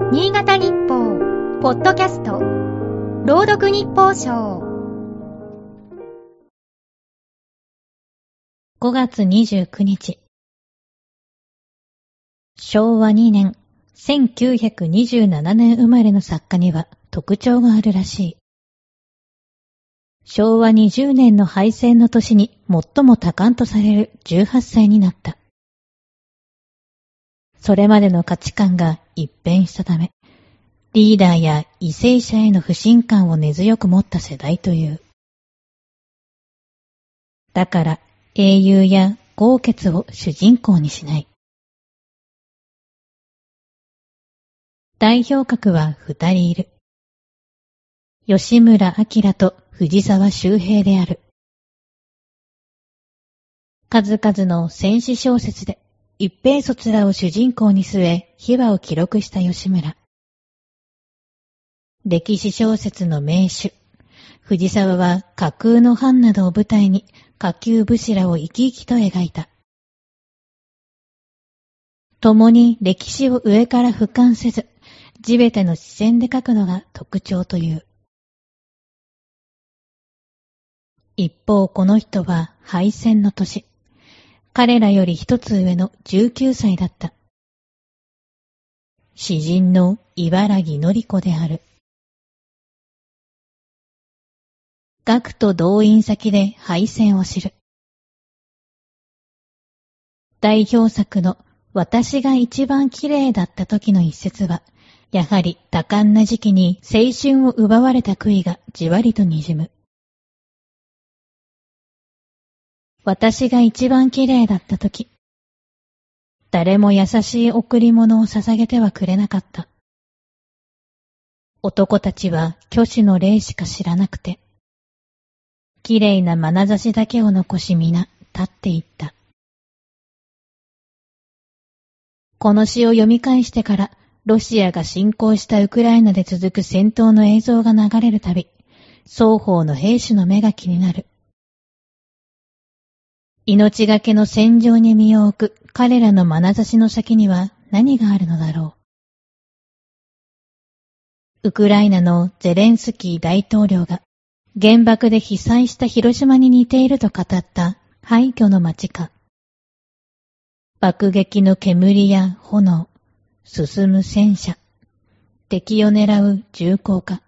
新潟日報ポッドキャスト朗読日報賞 5月29日昭和2年1927年生まれの作家には特徴があるらしい。昭和20年の敗戦の年に最も多感とされる18歳になった。それまでの価値観が一変したため、リーダーや為政者への不信感を根強く持った世代という。だから英雄や豪傑を主人公にしない。代表格は2人いる。吉村明と藤沢周平である。数々の戦史小説で一平卒らを主人公に据え秘話を記録した吉村。歴史小説の名手、藤沢は架空の藩などを舞台に下級武士らを生き生きと描いた。共に歴史を上から俯瞰せず、地べたの視線で書くのが特徴という。一方この人は敗戦の年、彼らより一つ上の19歳だった。詩人の茨木のり子である。学徒動員先で敗戦を知る。代表作の私が一番綺麗だった時の一節は、やはり多感な時期に青春を奪われた悔いがじわりとにじむ。私が一番綺麗だった時、誰も優しい贈り物を捧げてはくれなかった。男たちは虚子の礼しか知らなくて、綺麗な眼差しだけを残し皆立っていった。この詩を読み返してから、ロシアが侵攻したウクライナで続く戦闘の映像が流れるたび、双方の兵士の目が気になる。命がけの戦場に身を置く彼らの眼差しの先には何があるのだろう。ウクライナのゼレンスキー大統領が原爆で被災した広島に似ていると語った廃墟の街か。爆撃の煙や炎、進む戦車、敵を狙う銃口か。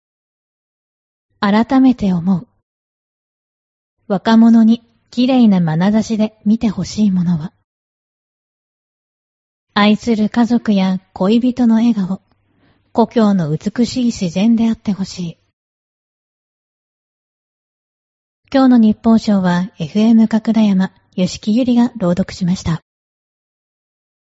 改めて思う。若者に綺麗な眼差しで見てほしいものは、愛する家族や恋人の笑顔、故郷の美しい自然であってほしい。今日の日報賞は FM 角田山、吉木ゆりが朗読しました。